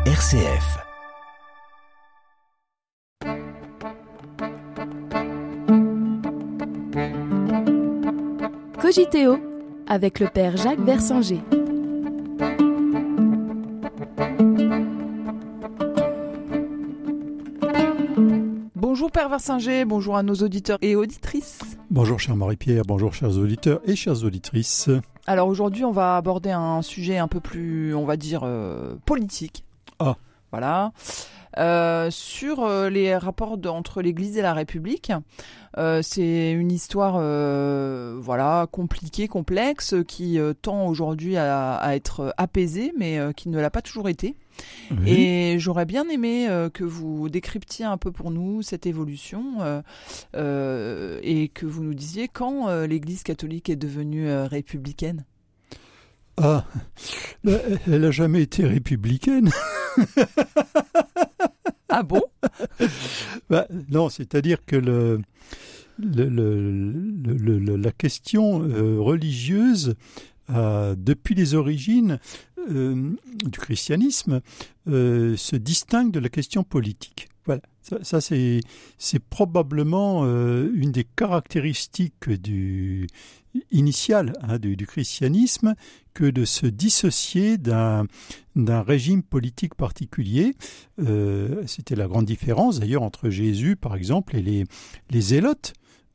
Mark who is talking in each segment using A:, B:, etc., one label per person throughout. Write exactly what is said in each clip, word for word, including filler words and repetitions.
A: R C F.
B: Cogiteo avec le père Jacques Versinger.
C: Bonjour Père Versinger, bonjour à nos auditeurs et auditrices.
D: Bonjour cher Marie-Pierre, bonjour chers auditeurs et chères auditrices.
C: Alors aujourd'hui on va aborder un sujet un peu plus, on va dire, euh, politique.
D: Ah.
C: Voilà. Euh, sur euh, les rapports de, entre l'Église et la République. Euh, c'est une histoire euh, voilà, compliquée, complexe, qui euh, tend aujourd'hui à, à être apaisée, mais euh, qui ne l'a pas toujours été. Oui. Et j'aurais bien aimé euh, que vous décryptiez un peu pour nous cette évolution euh, euh, et que vous nous disiez quand euh, l'Église catholique est devenue euh, républicaine.
D: Ah, elle n'a jamais été républicaine.
C: Ah bon?
D: bah, Non, c'est-à-dire que le, le, le, le, le, la question euh, religieuse, euh, depuis les origines euh, du christianisme, euh, se distingue de la question politique. Voilà, ça, ça c'est, c'est probablement euh, une des caractéristiques du, initiales hein, du, du christianisme, que de se dissocier d'un, d'un régime politique particulier. Euh, c'était la grande différence d'ailleurs entre Jésus, par exemple, et les, les zélotes,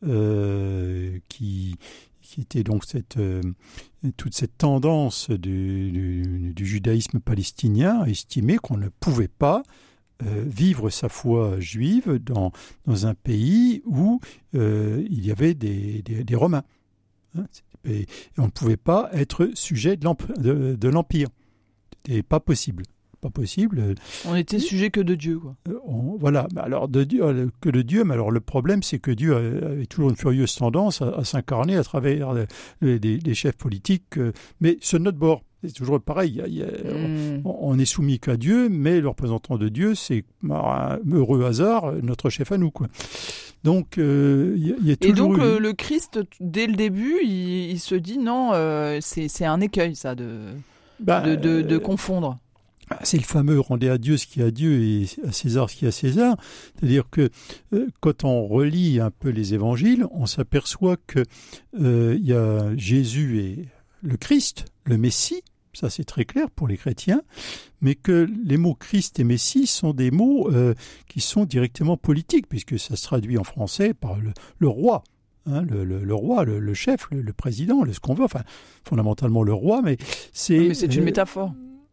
D: euh, qui, qui étaient donc cette, euh, toute cette tendance du, du, du judaïsme palestinien à estimer qu'on ne pouvait pas Euh, vivre sa foi juive dans, dans un pays où euh, il y avait des, des, des Romains. Hein, et, et on ne pouvait pas être sujet de, de, de l'Empire. C'était pas possible. Pas possible.
C: On était sujet que de Dieu, quoi.
D: Euh, on, voilà, alors de Dieu, que de Dieu, mais alors le problème c'est que Dieu avait toujours une furieuse tendance à, à s'incarner à travers des, des, des chefs politiques, euh, mais sur notre bord. C'est toujours pareil, il y a, il y a, mmh. on, on est soumis qu'à Dieu, mais le représentant de Dieu, c'est un heureux hasard, notre chef à nous, quoi. Donc, euh, il y a, il y a toujours
C: Et donc,
D: eu...
C: le, le Christ, dès le début, il, il se dit non, euh, c'est, c'est un écueil, ça, de, bah, de, de, de confondre.
D: C'est le fameux « rendez à Dieu ce qui est à Dieu et à César ce qui est à César ». C'est-à-dire que euh, quand on relit un peu les évangiles, on s'aperçoit qu'il euh, y a Jésus et le Christ, le Messie, ça c'est très clair pour les chrétiens, mais que les mots Christ et Messie sont des mots euh, qui sont directement politiques, puisque ça se traduit en français par le, le roi. Hein, le, le, le roi, le, le chef, le, le président, le, ce qu'on veut, enfin fondamentalement le roi, mais c'est...
C: Oui, mais c'est une euh, métaphore.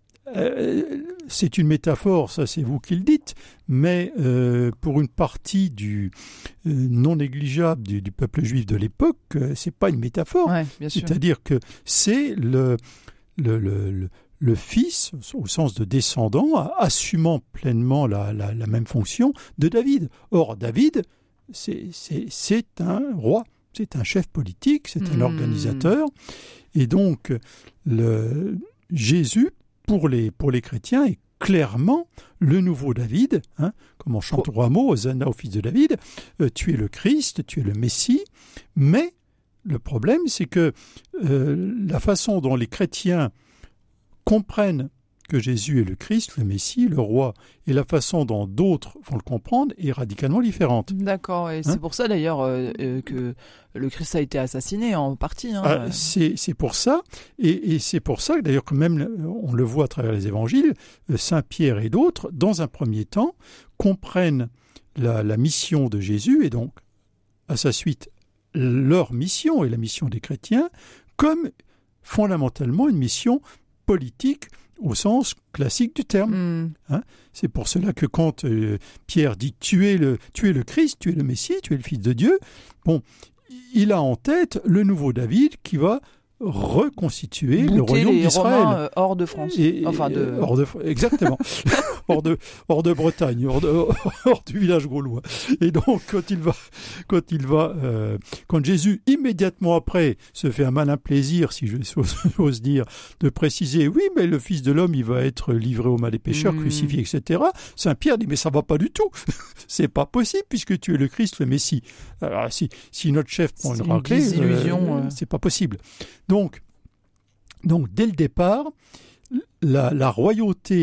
D: Euh, c'est une métaphore, ça c'est vous qui le dites, mais euh, pour une partie du euh, non négligeable du, du peuple juif de l'époque, euh, c'est pas une métaphore.
C: Ouais, bien sûr.
D: C'est-à-dire que c'est le, le, le, le, le fils, au sens de descendant, assumant pleinement la, la, la même fonction de David. Or, David, c'est, c'est, c'est un roi, c'est un chef politique, c'est un mmh. organisateur, et donc le, Jésus, Pour les, pour les chrétiens, est clairement le nouveau David, hein, comme on chante au roi mot, Hosanna au fils de David, euh, tu es le Christ, tu es le Messie, mais le problème c'est que euh, la façon dont les chrétiens comprennent que Jésus est le Christ, le Messie, le roi, et la façon dont d'autres vont le comprendre est radicalement différente.
C: D'accord, et hein? C'est pour ça d'ailleurs euh, euh, que le Christ a été assassiné en partie. Hein.
D: Ah, c'est, c'est pour ça, et, et c'est pour ça d'ailleurs que même, on le voit à travers les évangiles, Saint Pierre et d'autres, dans un premier temps, comprennent la, la mission de Jésus, et donc, à sa suite, leur mission et la mission des chrétiens, comme fondamentalement une mission politique, au sens classique du terme. Mm. Hein, c'est pour cela que quand euh, Pierre dit tu es, le, tu es le Christ, tu es le Messie, tu es le Fils de Dieu, bon, il a en tête le nouveau David qui va reconstituer
C: Bouter
D: le royaume
C: les
D: d'Israël.
C: Romains, euh, hors de France.
D: Et,
C: enfin de...
D: euh, hors de, exactement. hors, de, hors de Bretagne, hors, de, hors du village gaulois. Et donc, quand il va, quand, il va euh, quand Jésus, immédiatement après, se fait un malin plaisir, si j'ose dire, de préciser, oui, mais le Fils de l'homme, il va être livré au mal des pécheurs, mmh. crucifié, et cetera. Saint Pierre dit, mais ça va pas du tout. C'est pas possible, puisque tu es le Christ, le Messie. Alors, si, si notre chef prend une raclée, euh, euh... c'est pas possible. Donc, donc, dès le départ, la, la royauté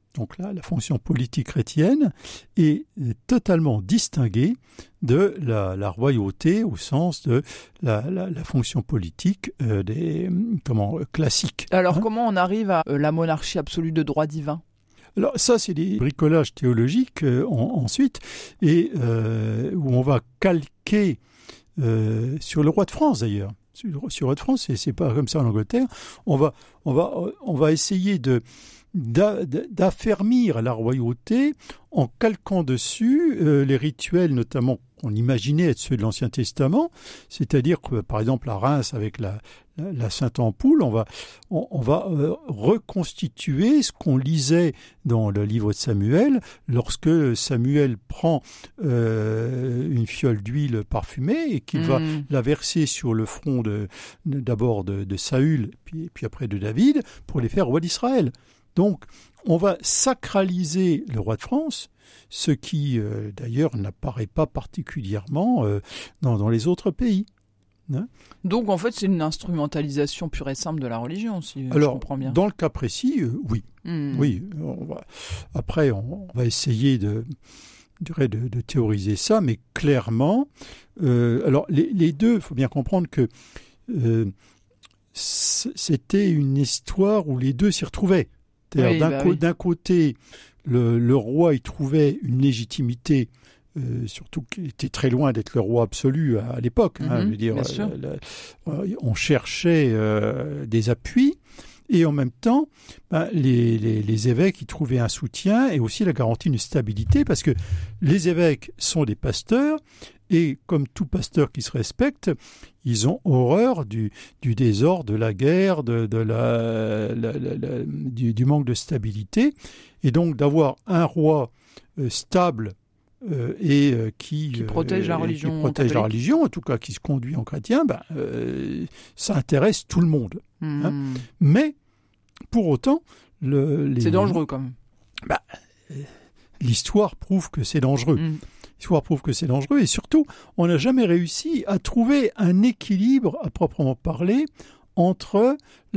D: donc là, la fonction politique chrétienne, est totalement distinguée de la, la royauté au sens de la, la, la fonction politique euh, des, comment, classique.
C: Alors
D: hein.
C: comment on arrive à euh, la monarchie absolue de droit divin ?
D: Alors ça, c'est des bricolages théologiques euh, en, ensuite, et euh, où on va calquer euh, sur le roi de France d'ailleurs. Sur, sur le roi de France, et c'est pas comme ça en Angleterre. On va, on va, on va essayer de d'a, d'affermir la royauté en calquant dessus euh, les rituels, notamment qu'on imaginait être ceux de l'Ancien Testament, c'est-à-dire que par exemple à Reims avec la, la, la Sainte Ampoule, on va, on, on va euh, reconstituer ce qu'on lisait dans le livre de Samuel, lorsque Samuel prend euh, une fiole d'huile parfumée et qu'il mmh. va la verser sur le front de, de, d'abord de, de Saül, puis, puis après de David, pour les faire roi d'Israël. Donc, on va sacraliser le roi de France, ce qui, euh, d'ailleurs, n'apparaît pas particulièrement euh, dans, dans les autres pays. Hein ?
C: Donc, en fait, c'est une instrumentalisation pure et simple de la religion, si
D: Alors,
C: je comprends bien.
D: Dans le cas précis, euh, oui. Mmh. Oui. On va, après, on, on va essayer de, de, de, de théoriser ça, mais clairement, euh, alors, les, les deux, il faut bien comprendre que euh, c'était une histoire où les deux s'y retrouvaient. Oui, d'un, bah co- oui. d'un côté, le, le roi y trouvait une légitimité, euh, surtout qu'il était très loin d'être le roi absolu à, à l'époque.
C: Mm-hmm,
D: hein, je veux dire, euh, le, on cherchait euh, des appuis, et en même temps, ben, les, les, les évêques y trouvaient un soutien et aussi la garantie d'une stabilité, parce que les évêques sont des pasteurs, et comme tout pasteur qui se respecte, ils ont horreur du, du désordre, de la guerre, de, de la, la, la, la, du, du manque de stabilité. Et donc d'avoir un roi euh, stable euh, et euh, qui,
C: qui protège, euh, la, religion
D: qui protège la religion, en tout cas qui se conduit en chrétien, ben, euh, ça intéresse tout le monde. Mmh. Hein. Mais pour autant... Le, les,
C: c'est dangereux quand même.
D: Ben, l'histoire prouve que c'est dangereux. Mmh. L'histoire prouve que c'est dangereux et surtout, on n'a jamais réussi à trouver un équilibre à proprement parler entre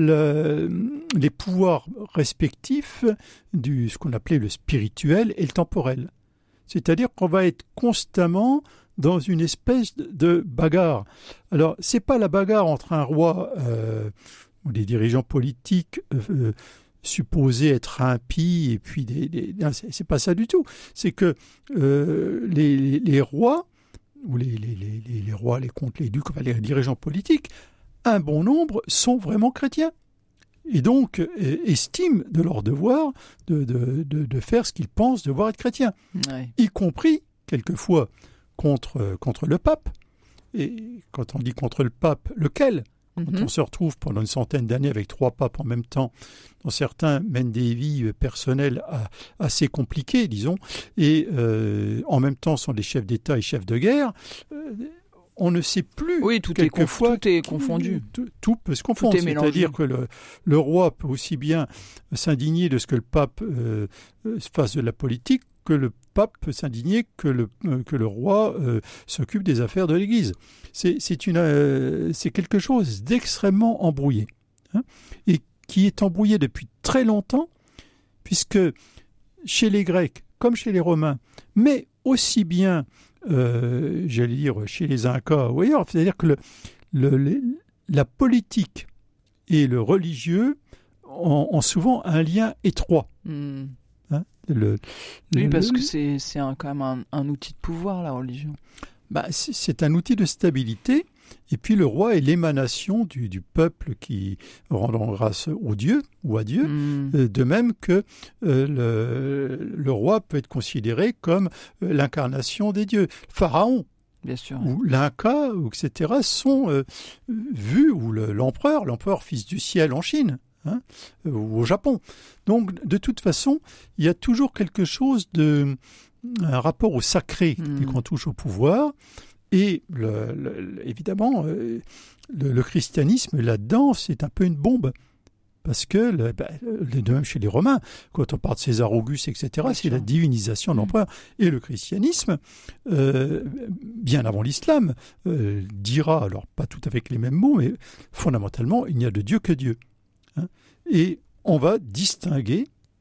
D: le, les pouvoirs respectifs du ce qu'on appelait le spirituel et le temporel. C'est-à-dire qu'on va être constamment dans une espèce de bagarre. Alors, c'est pas la bagarre entre un roi euh, ou des dirigeants politiques euh, supposé être impie, et puis des, des, non, c'est, c'est pas ça du tout. C'est que euh, les, les, les rois, ou les, les, les, les rois, les comtes, les ducs, enfin, les dirigeants politiques, un bon nombre sont vraiment chrétiens. Et donc euh, estiment de leur devoir de, de, de, de faire ce qu'ils pensent devoir être chrétiens.
C: Ouais.
D: Y compris, quelquefois, contre, contre le pape. Et quand on dit contre le pape, lequel ? Quand mm-hmm. on se retrouve pendant une centaine d'années avec trois papes en même temps, dont certains mènent des vies personnelles assez compliquées, disons, et euh, en même temps sont des chefs d'État et chefs de guerre, euh, on ne sait plus.
C: Oui, tout, est, conf- tout est confondu.
D: Tout, tout peut se confondre.
C: Tout est
D: C'est-à-dire que le, le roi peut aussi bien s'indigner de ce que le pape euh, fasse de la politique, que le pape peut s'indigner que le, euh, que le roi euh, s'occupe des affaires de l'Église. C'est, c'est, une, euh, c'est quelque chose d'extrêmement embrouillé, hein, et qui est embrouillé depuis très longtemps, puisque chez les Grecs, comme chez les Romains, mais aussi bien, euh, j'allais dire, chez les Incas ou ailleurs, c'est-à-dire que le, le, le, la politique et le religieux ont, ont souvent un lien étroit.
C: Mmh.
D: Hein, le,
C: oui,
D: le,
C: parce
D: le,
C: que c'est, c'est un, quand même un, un outil de pouvoir, la religion.
D: Bah, c'est, c'est un outil de stabilité, et puis le roi est l'émanation du, du peuple qui rend grâce au Dieu ou à Dieu, mmh. euh, de même que euh, le, le roi peut être considéré comme euh, l'incarnation des dieux. Pharaon,
C: bien sûr,
D: ou l'Inca, et cetera, sont euh, vus, ou le, l'empereur, l'empereur fils du ciel en Chine, hein, ou au Japon. Donc, de toute façon, il y a toujours quelque chose de... un rapport au sacré mmh. dès qu'on touche au pouvoir. Et le, le, évidemment, euh, le, le christianisme, là-dedans, c'est un peu une bombe. Parce que, le, ben, de même chez les Romains, quand on parle de César Auguste, et cetera, bien c'est sûr. La divinisation de l'empereur. Mmh. Et le christianisme, euh, bien avant l'islam, euh, dira, alors pas tout avec les mêmes mots, mais fondamentalement, il n'y a de Dieu que Dieu. Hein. Et on va distinguer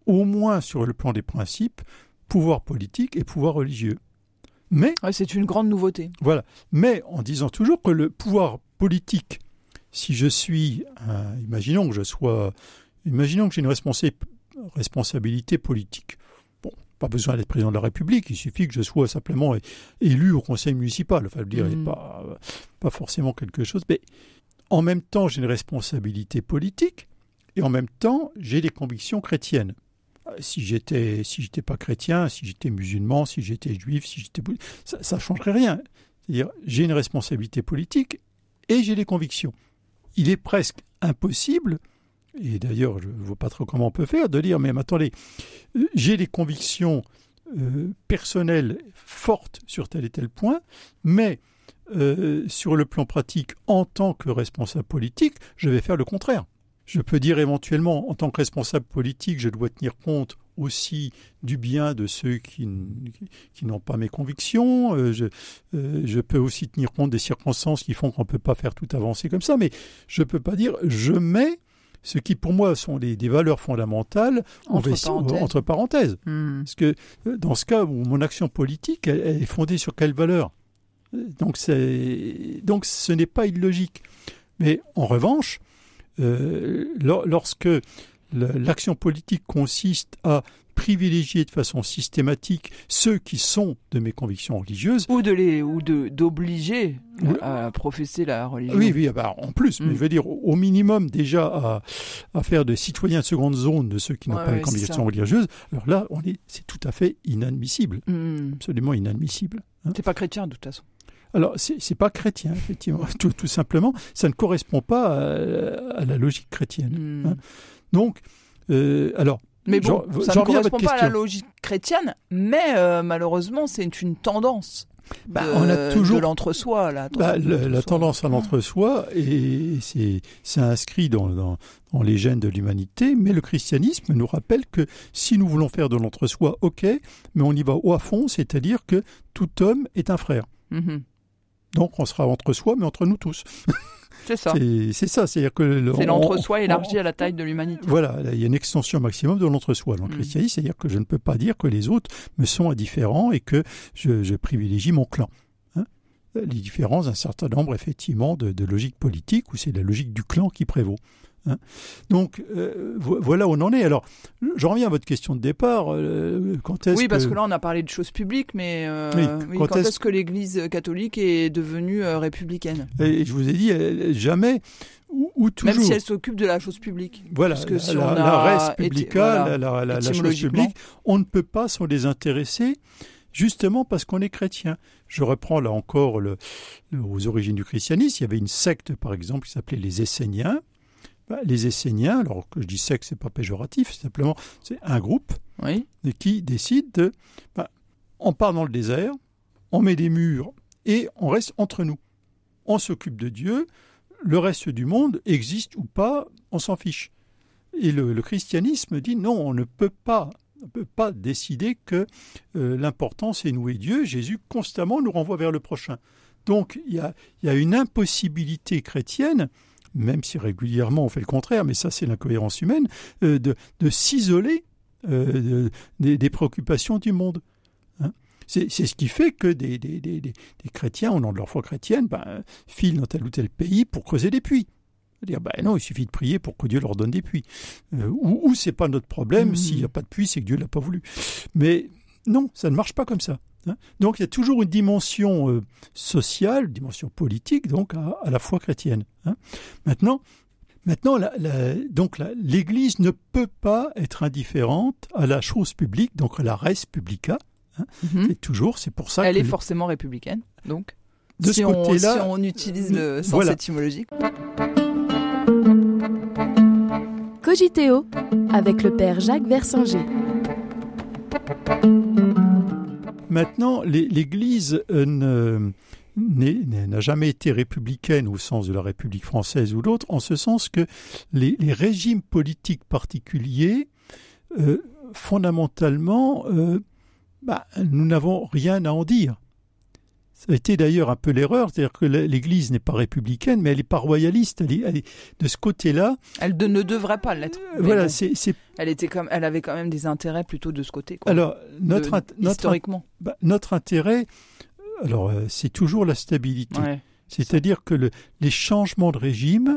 D: au moins sur le plan des principes, pouvoir politique et pouvoir religieux. Mais
C: ouais, c'est une grande nouveauté.
D: Voilà. Mais en disant toujours que le pouvoir politique, si je suis, euh, imaginons que je sois, imaginons que j'ai une responsa- responsabilité politique. Bon, pas besoin d'être président de la République, il suffit que je sois simplement élu au conseil municipal. Enfin, je veux dire, mmh. pas, pas forcément quelque chose. Mais en même temps, j'ai une responsabilité politique et en même temps, j'ai des convictions chrétiennes. Si j'étais, si j'étais pas chrétien, si j'étais musulman, si j'étais juif, si j'étais ça ne changerait rien. C'est-à-dire, j'ai une responsabilité politique et j'ai des convictions. Il est presque impossible, et d'ailleurs, je ne vois pas trop comment on peut faire, de dire, mais attendez, j'ai des convictions euh, personnelles fortes sur tel et tel point, mais euh, sur le plan pratique, en tant que responsable politique, je vais faire le contraire. Je peux dire éventuellement, en tant que responsable politique, je dois tenir compte aussi du bien de ceux qui, qui, qui n'ont pas mes convictions. Euh, je, euh, je peux aussi tenir compte des circonstances qui font qu'on ne peut pas faire tout avancer comme ça. Mais je ne peux pas dire, je mets ce qui pour moi sont des, des valeurs fondamentales
C: entre
D: va,
C: parenthèses.
D: Entre parenthèses.
C: Mmh.
D: Parce que dans ce cas où mon action politique, elle, elle est fondée sur quelles valeurs ? Donc, c'est, donc ce n'est pas illogique. Mais en revanche, Euh, lorsque l'action politique consiste à privilégier de façon systématique ceux qui sont de mes convictions religieuses,
C: ou de les ou de d'obliger oui. à professer la religion.
D: Oui, oui, bah, en plus, mm. mais je veux dire au minimum déjà à, à faire de citoyens de seconde zone de ceux qui n'ont ouais, pas ouais, les convictions religieuses. Alors là, on est, c'est tout à fait inadmissible, mm. absolument inadmissible. Hein.
C: C'est pas chrétien de toute façon.
D: Alors, c'est, c'est pas chrétien, effectivement, tout, tout simplement. Ça ne correspond pas à, à la logique chrétienne. Mmh. Hein. Donc, euh, alors...
C: Mais bon, j'en, ça j'en ne correspond pas à la logique chrétienne, mais euh, malheureusement, c'est une tendance
D: bah,
C: de,
D: on a toujours,
C: de l'entre-soi. Là,
D: bah, le, la tendance à l'entre-soi, et c'est, c'est inscrit dans, dans, dans les gènes de l'humanité, mais le christianisme nous rappelle que si nous voulons faire de l'entre-soi, ok, mais on y va au à fond, c'est-à-dire que tout homme est un frère. Mmh. Donc, on sera entre soi, mais entre nous tous.
C: C'est ça.
D: C'est, c'est ça. C'est-à-dire que le,
C: c'est l'entre-soi on, élargi on, à la taille de l'humanité.
D: Voilà, il y a une extension maximum de l'entre-soi dans le mmh. christianisme, c'est-à-dire que je ne peux pas dire que les autres me sont indifférents et que je, je privilégie mon clan. Hein, les différences d'un certain nombre, effectivement, de, de logiques politiques, où c'est la logique du clan qui prévaut. Hein. Donc, euh, voilà où on en est. Alors, je reviens à votre question de départ. Euh, quand est-ce
C: oui, parce
D: que...
C: que là, on a parlé de choses publiques, mais euh, oui, oui, quand, quand est-ce... est-ce que l'Église catholique est devenue euh, républicaine ?
D: Et je vous ai dit, elle, jamais ou, ou toujours.
C: Même si elle s'occupe de la chose publique.
D: Voilà,
C: parce que si
D: la,
C: on
D: la,
C: a
D: la res publica,
C: été, voilà,
D: la, la, la, la chose publique, on ne peut pas s'en désintéresser. Justement parce qu'on est chrétien. Je reprends là encore le, le, aux origines du christianisme. Il y avait une secte, par exemple, qui s'appelait les Esséniens. Les Esséniens, alors que je dis secte, c'est pas péjoratif, c'est simplement c'est un groupe
C: oui.
D: qui décide de, bah, on part dans le désert, on met des murs et on reste entre nous. On s'occupe de Dieu, le reste du monde existe ou pas, on s'en fiche. Et le, le christianisme dit non, on ne peut pas, on ne peut pas décider que euh, l'important c'est nous et Dieu. Jésus constamment nous renvoie vers le prochain. Donc il y a, il y a une impossibilité chrétienne, même si régulièrement on fait le contraire, mais ça c'est l'incohérence humaine, euh, de, de s'isoler euh, de, des, des préoccupations du monde. Hein. C'est, c'est ce qui fait que des, des, des, des, des chrétiens, au nom de leur foi chrétienne, ben, filent dans tel ou tel pays pour creuser des puits. C'est-à-dire, ben non, il suffit de prier pour que Dieu leur donne des puits. Euh, ou, ou c'est pas notre problème, mmh. s'il n'y a pas de puits, c'est que Dieu ne l'a pas voulu. Mais non, ça ne marche pas comme ça. Hein. Donc il y a toujours une dimension euh, sociale, une dimension politique, donc à, à la foi chrétienne. Hein. Maintenant, maintenant la, la, donc la, l'Église ne peut pas être indifférente à la chose publique, donc à la res publica. Hein. Mm-hmm. C'est toujours, c'est pour ça.
C: Elle
D: que
C: est forcément républicaine, donc.
D: De
C: si
D: ce
C: on,
D: côté-là,
C: si on utilise le sens
D: voilà.
C: étymologique.
B: Cogiteo avec le père Jacques Versinger.
D: Maintenant, l'Église euh, ne, n'a jamais été républicaine au sens de la République française ou d'autres, en ce sens que les, les régimes politiques particuliers, euh, fondamentalement, euh, bah, nous n'avons rien à en dire. Ça a été d'ailleurs un peu l'erreur, c'est-à-dire que l'Église n'est pas républicaine, mais elle n'est pas royaliste. Elle est, elle est, de ce côté-là...
C: Elle de, ne devrait pas l'être.
D: Voilà,
C: bon,
D: c'est, c'est...
C: Elle, était comme, elle avait quand même des intérêts plutôt de ce côté. Quoi.
D: Alors, notre,
C: de,
D: int- notre,
C: historiquement.
D: Bah, notre intérêt, alors, euh, c'est toujours la stabilité.
C: Ouais,
D: c'est-à-dire ça. que le, les changements de régime...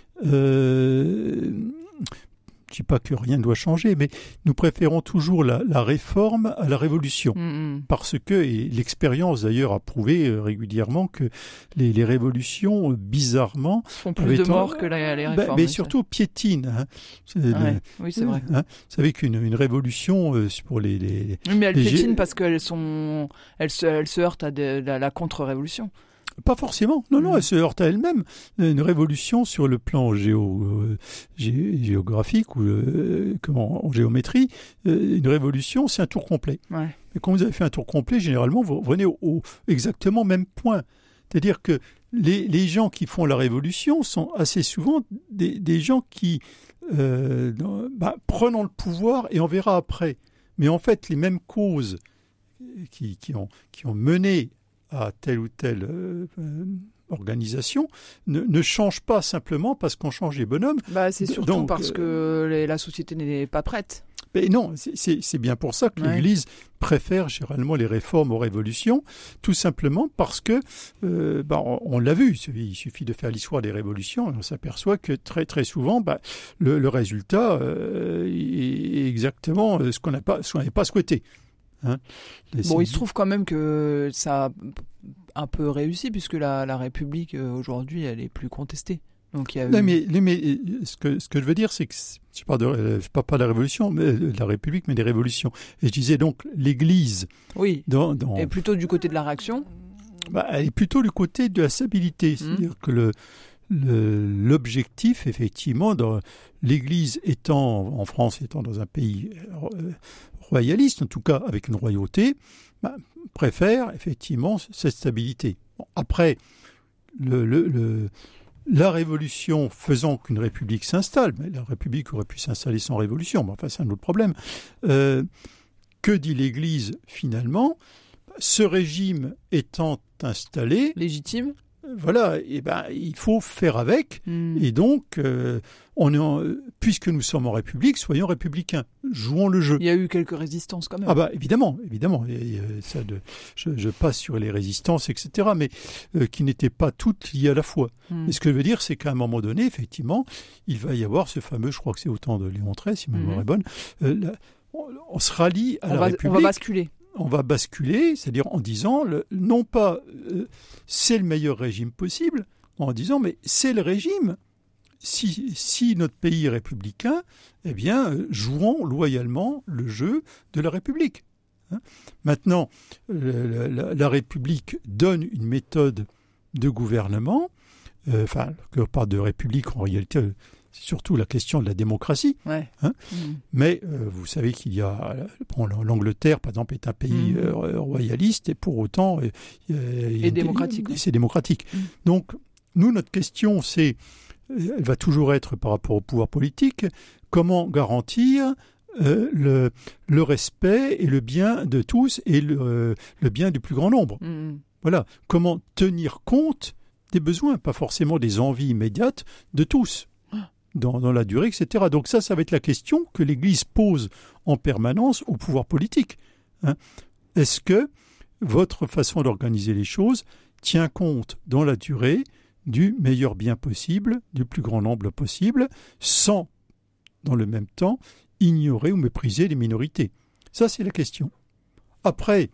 D: Euh, je ne dis pas que rien ne doit changer, mais nous préférons toujours la, la réforme à la révolution.
C: Mmh.
D: Parce que, et l'expérience d'ailleurs a prouvé euh, régulièrement que les, les révolutions, euh, bizarrement...
C: font plus de morts en... que la, les réformes.
D: Bah, mais surtout piétinent. Hein.
C: C'est ouais, le, oui, c'est vrai.
D: Hein. Vous savez qu'une une révolution, euh, pour les... les
C: oui, mais elles
D: les
C: piétinent
D: gé...
C: parce qu'elles sont, elles se, elles se heurtent à de, la, la contre-révolution.
D: Pas forcément. Non, non, elle se heurte à elle-même. Une révolution sur le plan géo, euh, gé, géographique ou euh, comment, en géométrie, euh, une révolution, c'est un tour complet.
C: Ouais.
D: Et quand vous avez fait un tour complet, généralement, vous revenez au, au exactement même point. C'est-à-dire que les, les gens qui font la révolution sont assez souvent des, des gens qui, euh, bah, prenons le pouvoir et on verra après. Mais en fait, les mêmes causes qui, qui, ont, qui ont mené à telle ou telle euh, euh, organisation ne, ne change pas simplement parce qu'on change les bonhommes.
C: Bah, c'est surtout
D: Donc,
C: parce que les, la société n'est pas prête.
D: Mais non, c'est, c'est, c'est bien pour ça que
C: ouais.
D: l'Église préfère généralement les réformes aux révolutions, tout simplement parce que, euh, bah, on, on l'a vu, il suffit de faire l'histoire des révolutions et on s'aperçoit que très très souvent, bah, le, le résultat euh, est exactement ce qu'on n'a pas, ce qu'on n'avait pas souhaité. Hein,
C: bon, il se trouve quand même que ça a un peu réussi puisque la, la République euh, aujourd'hui elle est plus contestée. Donc il y a
D: non,
C: eu...
D: mais, mais ce que ce que je veux dire, c'est que je parle de, je parle pas de la Révolution, mais de la République, mais des révolutions. Et je disais donc l'Église.
C: Oui.
D: Dans, dans...
C: est plutôt du côté de la réaction.
D: Bah, elle est plutôt du côté de la stabilité, mmh. c'est-à-dire que le Le, l'objectif, effectivement, dans l'Église étant, en France, étant dans un pays royaliste, en tout cas avec une royauté, bah, préfère effectivement cette stabilité. Bon, après, le, le, le, la révolution faisant qu'une république s'installe, mais la république aurait pu s'installer sans révolution, mais enfin c'est un autre problème, euh, que dit l'Église finalement ? Ce régime étant installé...
C: Légitime ?
D: Voilà, et ben, il faut faire avec. Mmh. Et donc, euh, on est en, puisque nous sommes en République, soyons républicains. Jouons le jeu.
C: Il y a eu quelques résistances quand même.
D: Ah bah évidemment, évidemment. Et, euh, ça de, je, je passe sur les résistances, et cetera, mais euh, qui n'étaient pas toutes liées à la foi. Mmh. Et ce que je veux dire, c'est qu'à un moment donné, effectivement, il va y avoir ce fameux, je crois que c'est au temps de Léon treize, si ma mémoire mmh. est bonne, euh, la, on, on se rallie à
C: on
D: la
C: va,
D: République.
C: On va basculer.
D: On va basculer, c'est-à-dire en disant, le, non pas euh, c'est le meilleur régime possible, en disant, mais c'est le régime. Si, si notre pays est républicain, eh bien, euh, jouons loyalement le jeu de la République. Hein. Maintenant, le, la, la République donne une méthode de gouvernement, euh, enfin, que pas de République en réalité... C'est surtout la question de la démocratie.
C: Ouais.
D: Hein
C: mmh.
D: Mais euh, vous savez qu'il y a... Bon, l'Angleterre, par exemple, est un pays mmh. euh, royaliste et pour autant... Euh,
C: euh, et démocratique.
D: Et c'est démocratique.
C: Mmh.
D: Donc, nous, notre question, c'est... Elle va toujours être par rapport au pouvoir politique. Comment garantir euh, le, le respect et le bien de tous et le, euh, le bien du plus grand nombre.
C: Mmh.
D: Voilà. Comment tenir compte des besoins, pas forcément des envies immédiates de tous. Dans, dans la durée, et cetera. Donc ça, ça va être la question que l'Église pose en permanence au pouvoir politique. Hein. Est-ce que votre façon d'organiser les choses tient compte dans la durée du meilleur bien possible, du plus grand nombre possible, sans, dans le même temps, ignorer ou mépriser les minorités? Ça, c'est la question. Après,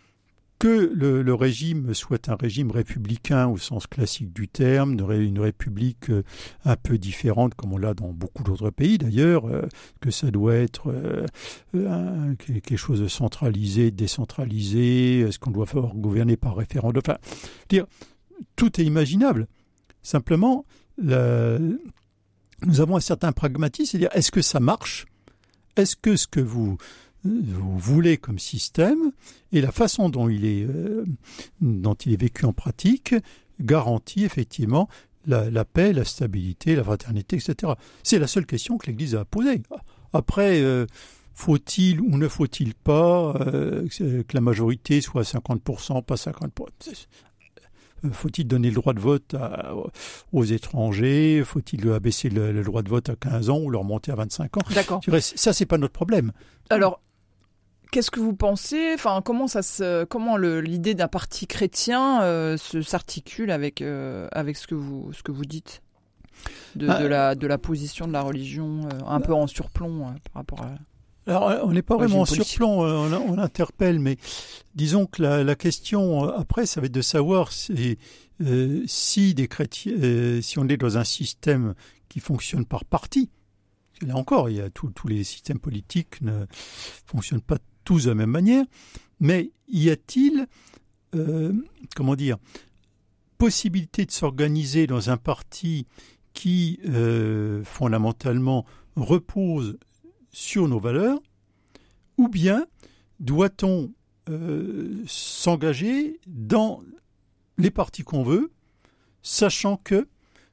D: que le, le régime soit un régime républicain au sens classique du terme, une république un peu différente comme on l'a dans beaucoup d'autres pays d'ailleurs, euh, que ça doit être euh, un, quelque chose de centralisé, décentralisé, est-ce qu'on doit faire gouverner par référendum, enfin, dire, tout est imaginable. Simplement, la, nous avons un certain pragmatisme, c'est-à-dire est-ce que ça marche ? Est-ce que ce que vous... vous voulez comme système et la façon dont il est, euh, dont il est vécu en pratique garantit effectivement la, la paix, la stabilité, la fraternité, et cetera. C'est la seule question que l'Église a posée. Après, euh, faut-il ou ne faut-il pas euh, que la majorité soit cinquante pour cent, pas cinquante pour cent? Faut-il donner le droit de vote à, aux étrangers? Faut-il abaisser le, le droit de vote à quinze ans ou le remonter à vingt-cinq ans?
C: D'accord.
D: Je dirais, ça, c'est pas notre problème.
C: Alors, qu'est-ce que vous pensez? Enfin, comment ça se, comment le, l'idée d'un parti chrétien euh, se s'articule avec euh, avec ce que vous ce que vous dites de, ah, de la de la position de la religion euh, un peu en surplomb euh, par rapport à.
D: Alors, on n'est pas vraiment en surplomb, on, on interpelle, mais disons que la, la question après, ça va être de savoir si, euh, si des chrétiens, euh, si on est dans un système qui fonctionne par parti. Là encore, il y a tous les systèmes politiques ne fonctionnent pas tous de la même manière, mais y a-t-il, euh, comment dire, possibilité de s'organiser dans un parti qui euh, fondamentalement repose sur nos valeurs, ou bien doit-on euh, s'engager dans les partis qu'on veut, sachant que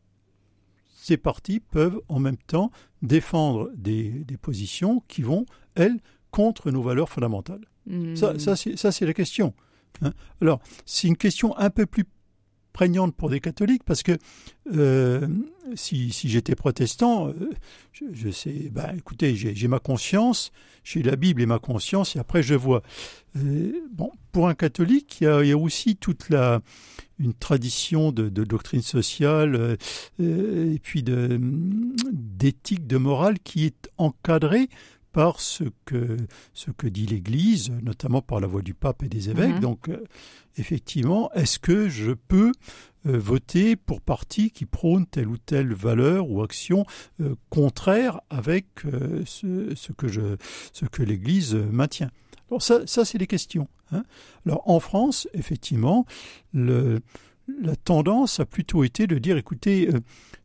D: ces partis peuvent en même temps défendre des, des positions qui vont, elles, contre nos valeurs fondamentales. Mmh. Ça, ça, c'est, ça, c'est la question. Hein. Alors, c'est une question un peu plus prégnante pour des catholiques, parce que euh, si, si j'étais protestant, euh, je, je sais, ben, écoutez, j'ai, j'ai ma conscience, j'ai la Bible et ma conscience, et après je vois. Euh, bon, pour un catholique, il y a, il y a aussi toute la une tradition de, de doctrine sociale euh, euh, et puis de, d'éthique, de morale qui est encadrée par ce que, ce que dit l'Église, notamment par la voix du pape et des évêques. Mmh. Donc, euh, effectivement, est-ce que je peux euh, voter pour parti qui prône telle ou telle valeur ou action euh, contraire avec euh, ce, ce, que je, ce que l'Église maintient? Alors ça, ça c'est les questions. Hein. Alors, en France, effectivement, le, la tendance a plutôt été de dire, écoutez, euh,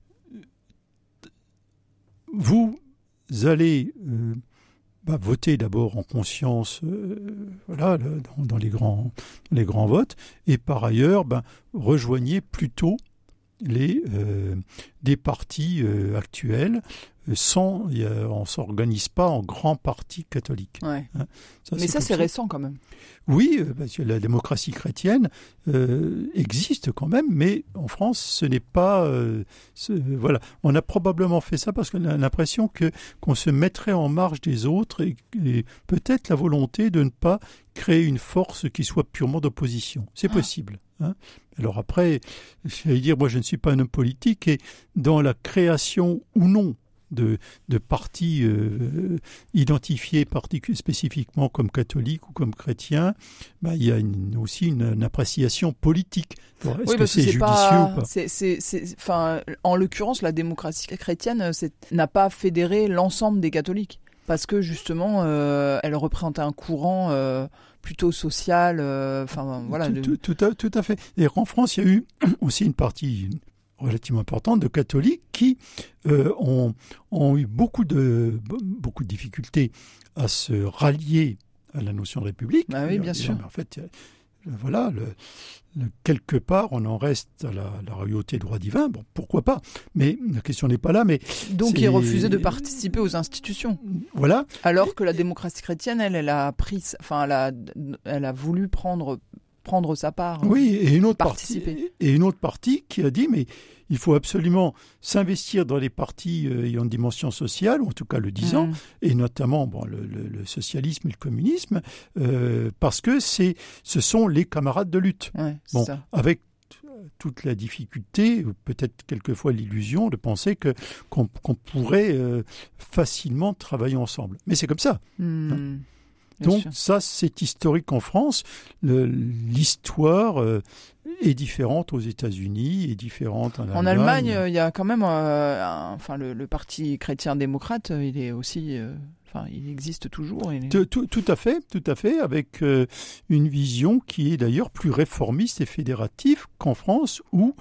D: vous allez... Euh, Bah, voter d'abord en conscience, euh, voilà, le, dans, dans les grands, les grands votes, et par ailleurs, ben, rejoignez plutôt les euh, des partis euh, actuels. Sans, y a, on s'organise pas en grand parti catholique.
C: Ouais.
D: Hein, ça,
C: Mais
D: c'est
C: ça, c'est
D: ça.
C: récent quand même.
D: Oui, euh, parce que la démocratie chrétienne euh, existe quand même, mais en France, ce n'est pas... Euh, ce, voilà, on a probablement fait ça parce qu'on a l'impression que qu'on se mettrait en marge des autres et, et peut-être la volonté de ne pas créer une force qui soit purement d'opposition. C'est ah. possible. Hein. Alors après, j'allais dire, moi je ne suis pas un homme politique et dans la création ou non de, de partis euh, identifiés particulièrement spécifiquement comme catholiques ou comme chrétiens, bah, il y a une, aussi une, une appréciation politique. Alors, est-ce
C: oui,
D: que c'est,
C: c'est
D: judicieux
C: pas,
D: ou pas
C: c'est, c'est, c'est, enfin, en l'occurrence, la démocratie chrétienne c'est, n'a pas fédéré l'ensemble des catholiques. Parce que justement, euh, elle représente un courant euh, plutôt social. Enfin, euh, voilà.
D: Tout, tout, tout, à, tout à fait. Et en France, il y a eu aussi une partie relativement importante de catholiques qui euh, ont, ont eu beaucoup de, beaucoup de difficultés à se rallier à la notion de république.
C: Ah oui, bien
D: et,
C: sûr.
D: En fait, voilà, le, le, quelque part, on en reste à la, la royauté droit divin. Bon, pourquoi pas? Mais la question n'est pas là. Mais
C: donc,
D: c'est...
C: il refusait de participer aux institutions.
D: Voilà.
C: Alors que la démocratie chrétienne, elle, elle a pris, enfin, elle a, elle a voulu prendre. prendre sa part.
D: Oui, et une autre
C: participer.
D: partie, et une autre partie qui a dit mais il faut absolument s'investir dans les partis euh, ayant une dimension sociale, ou en tout cas le disant, mmh. et notamment bon, le, le, le socialisme et le communisme, euh, parce que c'est, ce sont les camarades de lutte.
C: Ouais, c'est
D: bon,
C: ça.
D: Avec toute la difficulté, ou peut-être quelquefois l'illusion de penser que, qu'on, qu'on pourrait euh, facilement travailler ensemble. Mais c'est comme ça.
C: Mmh.
D: Hein. Donc sûr. Ça, c'est historique en France. Le, l'histoire euh, est différente aux États-Unis, est différente en Allemagne.
C: En Allemagne, il euh, y a quand même, euh, un, enfin, le, le parti chrétien-démocrate, il est aussi, euh, enfin, il existe toujours. Il est...
D: tout, tout, tout à fait, tout à fait, avec euh, une vision qui est d'ailleurs plus réformiste et fédérative qu'en France, où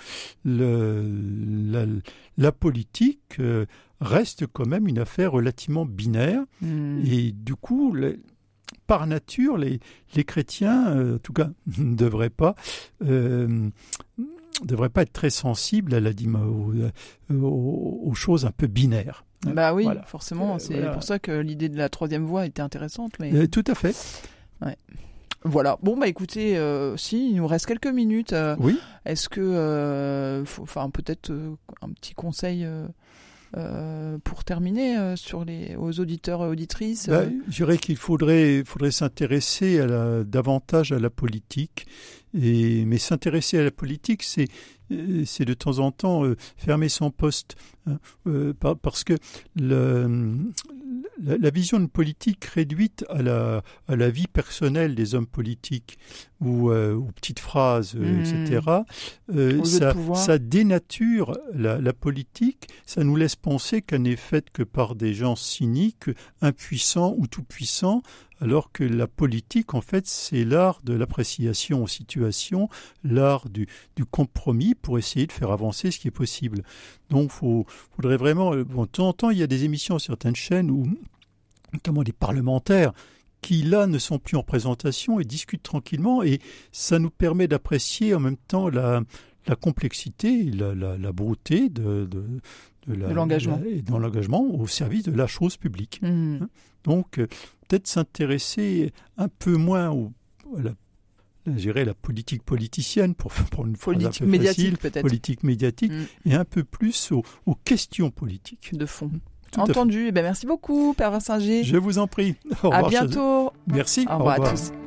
D: le, la, la politique euh, reste quand même une affaire relativement binaire, mmh. et du coup. Le, Par nature, les, les chrétiens, euh, en tout cas, ne devraient pas, euh, devraient pas être très sensibles à la, aux, aux, aux choses un peu binaires.
C: Bah oui,
D: Voilà.
C: forcément,
D: Euh,
C: c'est
D: voilà.
C: pour ça que l'idée de la troisième voie était intéressante. Mais...
D: Euh, tout à fait.
C: Voilà. Bon, bah écoutez, euh, si, il nous reste quelques minutes. Euh,
D: Oui.
C: Est-ce que, euh, faut- enfin, peut-être euh, un petit conseil euh, euh, pour terminer euh, sur les, aux auditeurs et auditrices
D: Bah,
C: euh,
D: je dirais qu'il faudrait, faudrait s'intéresser à la, davantage à la politique. Et, mais s'intéresser à la politique, c'est, euh, c'est de temps en temps euh, fermer son poste. Hein, euh, par- parce que le, la, la vision de politique réduite à la, à la vie personnelle des hommes politiques ou euh, aux petites phrases, euh,
C: Mmh.
D: et cetera, euh,
C: Aux jeux de
D: ça,
C: pouvoir.
D: ça dénature la, la politique. Ça nous laisse penser qu'elle n'est faite que par des gens cyniques, impuissants ou tout-puissants, alors que la politique, en fait, c'est l'art de l'appréciation en situation, l'art du, du compromis pour essayer de faire avancer ce qui est possible. Donc, il faudrait vraiment... Bon, de temps en temps, il y a des émissions sur certaines chaînes où, notamment des parlementaires, qui là ne sont plus en présentation et discutent tranquillement, et ça nous permet d'apprécier en même temps la, la complexité, la, la, la beauté de, de, de, la,
C: De l'engagement.
D: la- et dans l'engagement au service de la chose publique.
C: mmh.
D: Donc, euh, peut-être s'intéresser un peu moins au, à la, je dirais, la politique politicienne, pour prendre une phrase un
C: Politique
D: peu
C: médiatique,
D: facile,
C: peut-être.
D: politique médiatique,
C: Mmh.
D: et un peu plus aux, aux questions politiques.
C: De fond.
D: Tout à fait.
C: Entendu. Eh ben, merci beaucoup, Père Versinger.
D: Je vous en prie. Au
C: À
D: revoir, chers-
C: bientôt.
D: Merci.
C: Au revoir à tous.